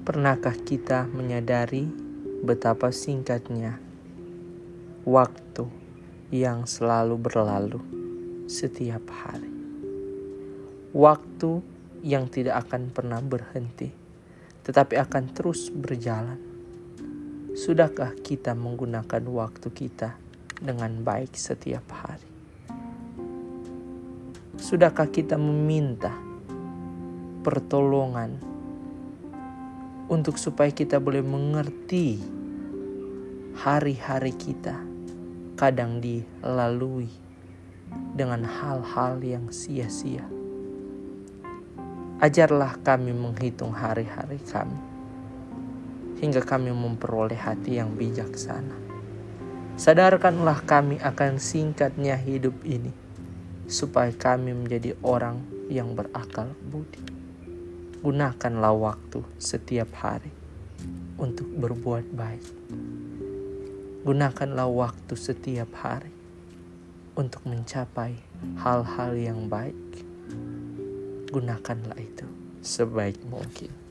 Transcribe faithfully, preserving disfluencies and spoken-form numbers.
Pernahkah kita menyadari betapa singkatnya waktu yang selalu berlalu setiap hari? Waktu yang tidak akan pernah berhenti, tetapi akan terus berjalan. Sudahkah kita menggunakan waktu kita dengan baik setiap hari? Sudahkah kita meminta pertolongan untuk supaya kita boleh mengerti hari-hari kita kadang dilalui dengan hal-hal yang sia-sia? Ajarlah kami menghitung hari-hari kami, hingga kami memperoleh hati yang bijaksana. Sadarkanlah kami akan singkatnya hidup ini, supaya kami menjadi orang yang berakal budi. Gunakanlah waktu setiap hari untuk berbuat baik. Gunakanlah waktu setiap hari untuk mencapai hal-hal yang baik. Gunakanlah itu sebaik mungkin.